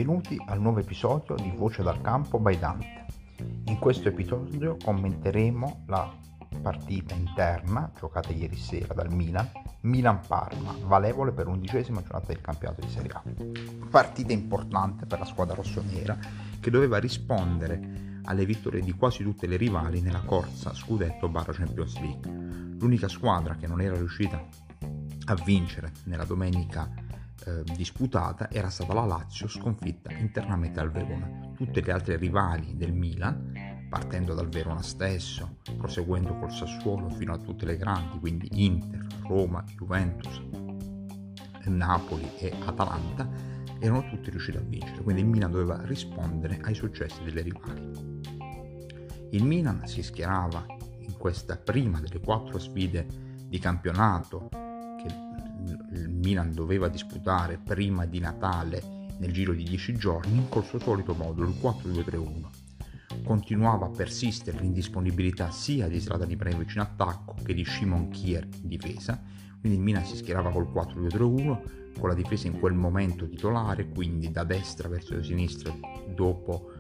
benvenuti al nuovo episodio di Voce dal Campo by Dante. In questo episodio commenteremo la partita interna giocata ieri sera dal Milan-Parma, valevole per l'11ª giornata del campionato di Serie A. Partita importante per la squadra rossonera che doveva rispondere alle vittorie di quasi tutte le rivali nella corsa scudetto/Champions League. L'unica squadra che non era riuscita a vincere nella domenica disputata era stata la Lazio, sconfitta internamente al Verona. Tutte le altre rivali del Milan, partendo dal Verona stesso, proseguendo col Sassuolo fino a tutte le grandi, quindi Inter, Roma, Juventus, Napoli e Atalanta, erano tutte riuscite a vincere, quindi il Milan doveva rispondere ai successi delle rivali. Il Milan si schierava in questa prima delle 4 sfide di campionato che il Milan doveva disputare prima di Natale nel giro di 10 giorni col suo solito modulo, il 4-2-3-1. Continuava a persistere l'indisponibilità sia di Zlatan Ibrahimovic in attacco che di Szymon Kjær in difesa, quindi il Milan si schierava col 4-2-3-1 con la difesa in quel momento titolare, quindi da destra verso sinistra dopo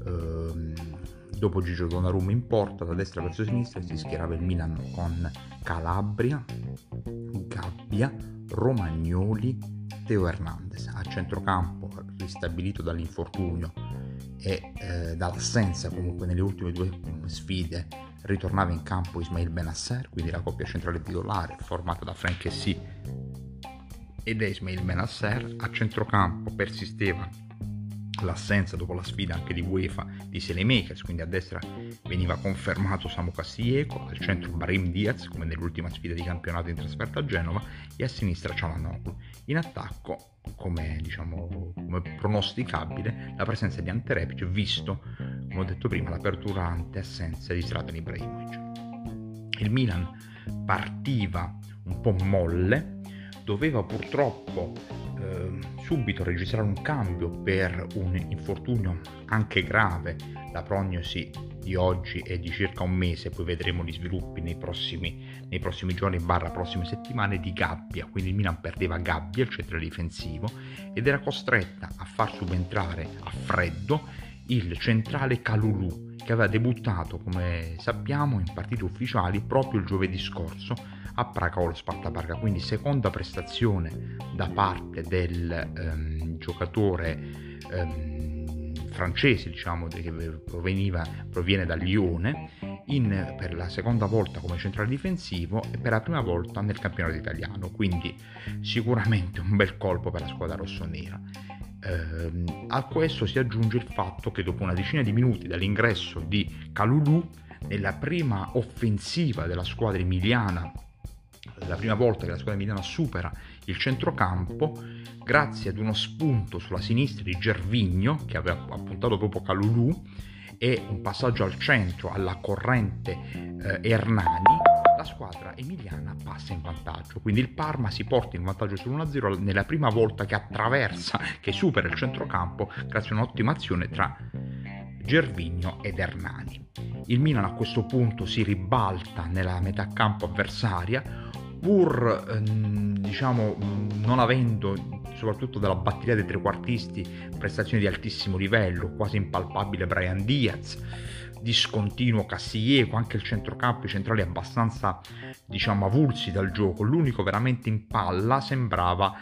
Gigio Donnarumma in porta, da destra verso sinistra si schierava il Milan con Calabria, Gabbia, Romagnoli, Theo Hernandez. A centrocampo, ristabilito dall'infortunio e dall'assenza comunque nelle ultime 2 sfide, ritornava in campo Ismail Bennacer, quindi la coppia centrale titolare formata da Franck Kessie ed Ismail Bennacer. A centrocampo persisteva l'assenza dopo la sfida anche di UEFA di Saelemaekers, quindi a destra veniva confermato Samu Kastillejo, al centro Brahim Diaz come nell'ultima sfida di campionato in trasferta a Genova e a sinistra Çalhanoğlu. In attacco, come pronosticabile, la presenza di Ante Rebic, visto, come ho detto prima, la perdurante assenza di Zlatan Ibrahimovic. Il Milan partiva un po' molle, doveva purtroppo subito registrare un cambio per un infortunio anche grave. La prognosi di oggi è di circa un mese, poi vedremo gli sviluppi nei prossimi giorni / prossime settimane, di Gabbia. Quindi il Milan perdeva Gabbia, il centrale difensivo, ed era costretta a far subentrare a freddo il centrale Kalulu, che aveva debuttato, come sappiamo, in partite ufficiali proprio il giovedì scorso a Praga con lo Sparta Praga, quindi seconda prestazione da parte del giocatore francese, che proviene dal Lione, per la seconda volta come centrale difensivo e per la prima volta nel campionato italiano, quindi sicuramente un bel colpo per la squadra rossonera. A questo si aggiunge il fatto che dopo una decina di minuti dall'ingresso di Kalulu, nella prima offensiva della squadra emiliana, la prima volta che la squadra emiliana supera il centrocampo, grazie ad uno spunto sulla sinistra di Gervinho, che aveva appuntato proprio Kalulu, e un passaggio al centro alla corrente Hernani, la squadra emiliana passa in vantaggio. Quindi il Parma si porta in vantaggio sull'1-0 nella prima volta che supera il centrocampo grazie a un'ottima azione tra Gervinho ed Hernani. Il Milan a questo punto si ribalta nella metà campo avversaria, pur non avendo, soprattutto dalla batteria dei trequartisti, prestazioni di altissimo livello, quasi impalpabile Brahim Diaz, discontinuo Kastillejo, anche il centrocampo, i centrali abbastanza avulsi dal gioco. L'unico veramente in palla sembra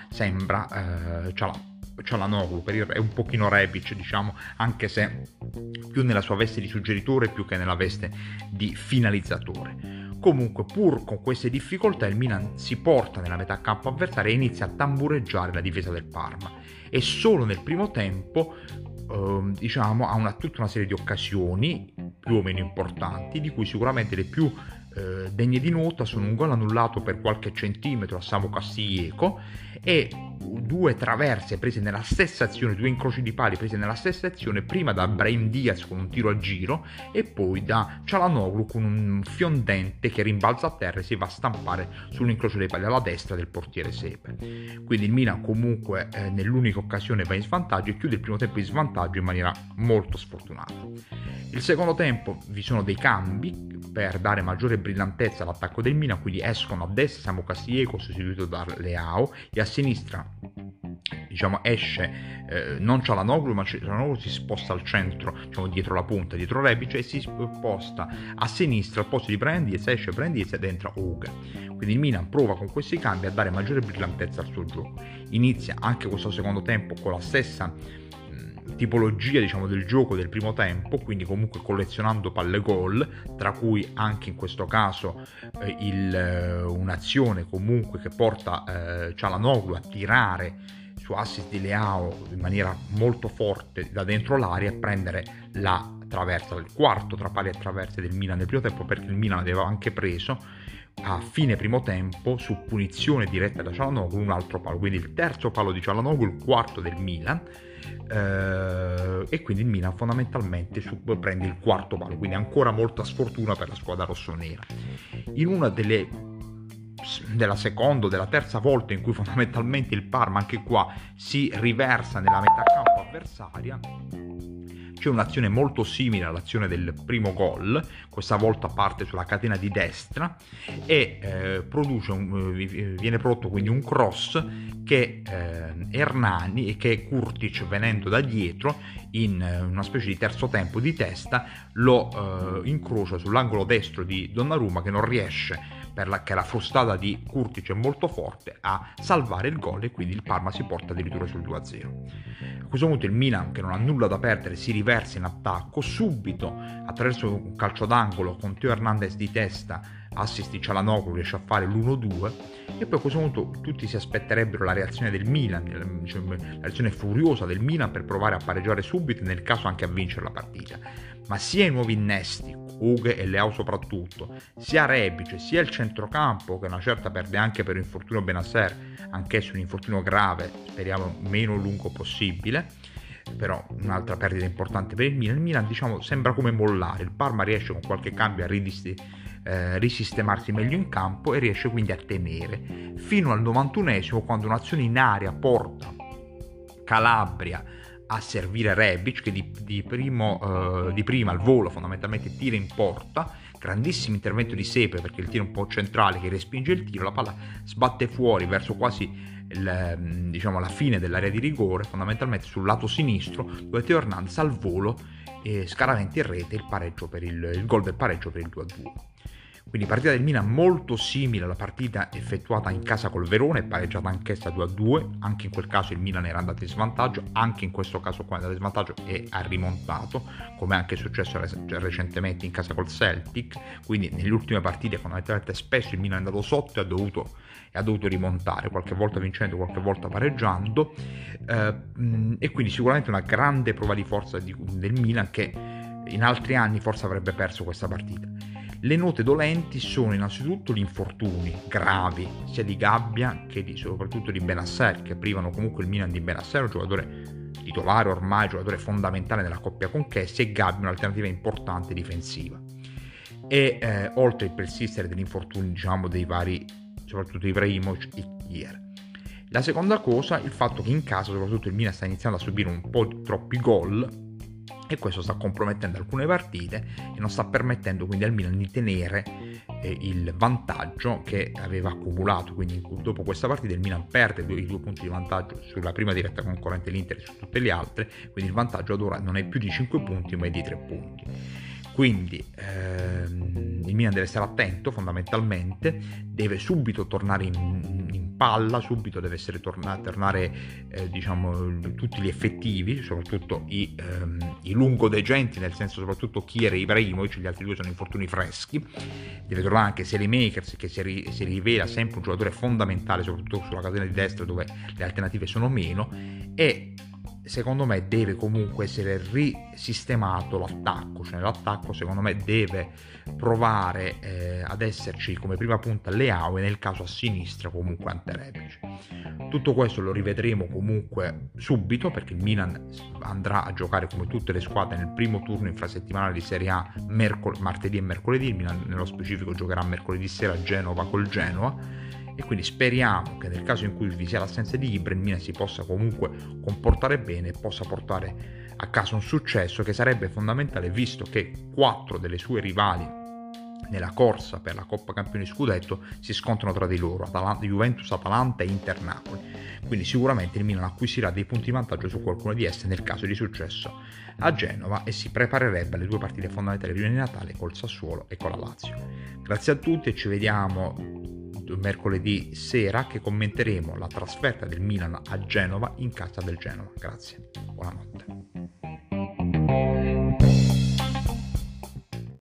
Çalhanoğlu, è un pochino Rebic, anche se più nella sua veste di suggeritore più che nella veste di finalizzatore. Comunque, pur con queste difficoltà, il Milan si porta nella metà campo avversaria e inizia a tambureggiare la difesa del Parma, e solo nel primo tempo ha tutta una serie di occasioni più o meno importanti, di cui sicuramente le più degne di nota sono un gol annullato per qualche centimetro a Samu Kastillejo e 2 traverse prese nella stessa azione, 2 incroci di pali prese nella stessa azione, prima da Brahim Diaz con un tiro a giro e poi da Çalhanoğlu con un fiondente che rimbalza a terra e si va a stampare sull'incrocio dei pali alla destra del portiere Sepe. Quindi il Milan comunque nell'unica occasione va in svantaggio e chiude il primo tempo in svantaggio in maniera molto sfortunata. Il secondo tempo vi sono dei cambi per dare maggiore brillantezza all'attacco del Milan, quindi escono a destra Samu Kastillejo sostituito da Leao e a sinistra diciamo esce, non Çalhanoğlu, ma Çalhanoğlu si sposta al centro, diciamo dietro la punta, dietro Rebic, e si sposta a sinistra al posto di Brahim Diaz, esce Brahim Diaz ed entra Ugue. Quindi il Milan prova con questi cambi a dare maggiore brillantezza al suo gioco. Inizia anche questo secondo tempo con la stessa tipologia, diciamo, del gioco del primo tempo, quindi comunque collezionando palle gol, tra cui anche in questo caso un'azione comunque che porta Çalhanoğlu a tirare su assist di Leao in maniera molto forte da dentro l'area e prendere la traversa, il quarto tra pali e traverse del Milan nel primo tempo, perché il Milan aveva anche preso a fine primo tempo, su punizione diretta da Çalhanoğlu, un altro palo, quindi il terzo palo di Çalhanoğlu, il quarto del Milan, e quindi il Milan fondamentalmente prende il quarto palo, quindi ancora molta sfortuna per la squadra rossonera. In una della seconda o della terza volta in cui fondamentalmente il Parma anche qua si riversa nella metà campo avversaria, c'è un'azione molto simile all'azione del primo gol, questa volta parte sulla catena di destra e viene prodotto quindi un cross che Hernani e che Kurtic, venendo da dietro in una specie di terzo tempo di testa, lo incrocia sull'angolo destro di Donnarumma, che non riesce, che la frustata di Kurtic è molto forte, a salvare il gol, e quindi il Parma si porta addirittura sul 2-0. A questo punto il Milan, che non ha nulla da perdere, si riversa in attacco subito attraverso un calcio d'angolo con Teo Hernandez di testa, assist di Çalhanoğlu, riesce a fare l'1-2, e poi a questo punto tutti si aspetterebbero la reazione del Milan, la reazione furiosa del Milan per provare a pareggiare subito e nel caso anche a vincere la partita. Ma sia i nuovi innesti, Ugue e Leao soprattutto, sia Rebic, sia il centrocampo, che una certa perde anche per infortunio Bennacer, anch'esso un infortunio grave, speriamo meno lungo possibile, però un'altra perdita importante per il Milan. Il Milan, diciamo, sembra come mollare, il Parma riesce con qualche cambio a risistemarsi meglio in campo e riesce quindi a tenere fino al 91esimo, quando un'azione in area porta Calabria a servire Rebic, che di prima al volo fondamentalmente tira in porta. Grandissimo intervento di Sepe, perché il tiro un po' centrale che respinge il tiro, la palla sbatte fuori verso quasi la fine dell'area di rigore, fondamentalmente sul lato sinistro, dove Teo Hernandez al volo scaraventa in rete il gol del pareggio per il 2-2. Quindi partita del Milan molto simile alla partita effettuata in casa col Verona, e pareggiata anch'essa 2-2, anche in quel caso il Milan era andato in svantaggio, anche in questo caso qua è andato in svantaggio e ha rimontato, come anche è successo recentemente in casa col Celtic. Quindi nelle ultime partite fondamentalmente spesso il Milan è andato sotto e ha dovuto rimontare, qualche volta vincendo, qualche volta pareggiando, e quindi sicuramente una grande prova di forza del Milan, che in altri anni forse avrebbe perso questa partita. Le note dolenti sono innanzitutto gli infortuni gravi sia di Gabbia che soprattutto di Bennacer, che privano comunque il Milan di Bennacer, un giocatore titolare ormai, giocatore fondamentale nella coppia con Kessie, e Gabbia un'alternativa importante difensiva. E oltre il persistere degli infortuni, diciamo, dei vari, soprattutto di Ibrahimovic e Kier. La seconda cosa, il fatto che in casa soprattutto il Milan sta iniziando a subire un po' troppi gol, e questo sta compromettendo alcune partite e non sta permettendo quindi al Milan di tenere il vantaggio che aveva accumulato. Quindi dopo questa partita il Milan perde i 2 punti di vantaggio sulla prima diretta concorrente, l'Inter, e su tutte le altre, quindi il vantaggio ad ora non è più di 5 punti ma è di 3 punti. Quindi il Milan deve stare attento, fondamentalmente deve subito tornare in palla, subito deve tornare tutti gli effettivi, soprattutto i lungodegenti, nel senso soprattutto Kier e Ibrahimovic, gli altri due sono infortuni freschi. Deve tornare anche Saelemaekers, che si rivela sempre un giocatore fondamentale, soprattutto sulla catena di destra dove le alternative sono meno, e secondo me deve comunque essere risistemato l'attacco, cioè l'attacco secondo me deve provare ad esserci come prima punta Leao, e nel caso a sinistra comunque Ante Rebic. Tutto questo lo rivedremo comunque subito, perché il Milan andrà a giocare come tutte le squadre nel primo turno infrasettimanale di Serie A martedì e mercoledì. Il Milan nello specifico giocherà mercoledì sera a Genova col Genoa, e quindi speriamo che nel caso in cui vi sia l'assenza di Ibra, il Milan si possa comunque comportare bene e possa portare a casa un successo che sarebbe fondamentale, visto che 4 delle sue rivali nella corsa per la Coppa Campioni Scudetto si scontrano tra di loro, Juventus, Atalanta e Inter Napoli, quindi sicuramente il Milan acquisirà dei punti di vantaggio su qualcuno di esse nel caso di successo a Genova e si preparerebbe alle due partite fondamentali di Natale col Sassuolo e con la Lazio. Grazie a tutti e ci vediamo mercoledì sera che commenteremo la trasferta del Milan a Genova in casa del Genova. Grazie, buonanotte.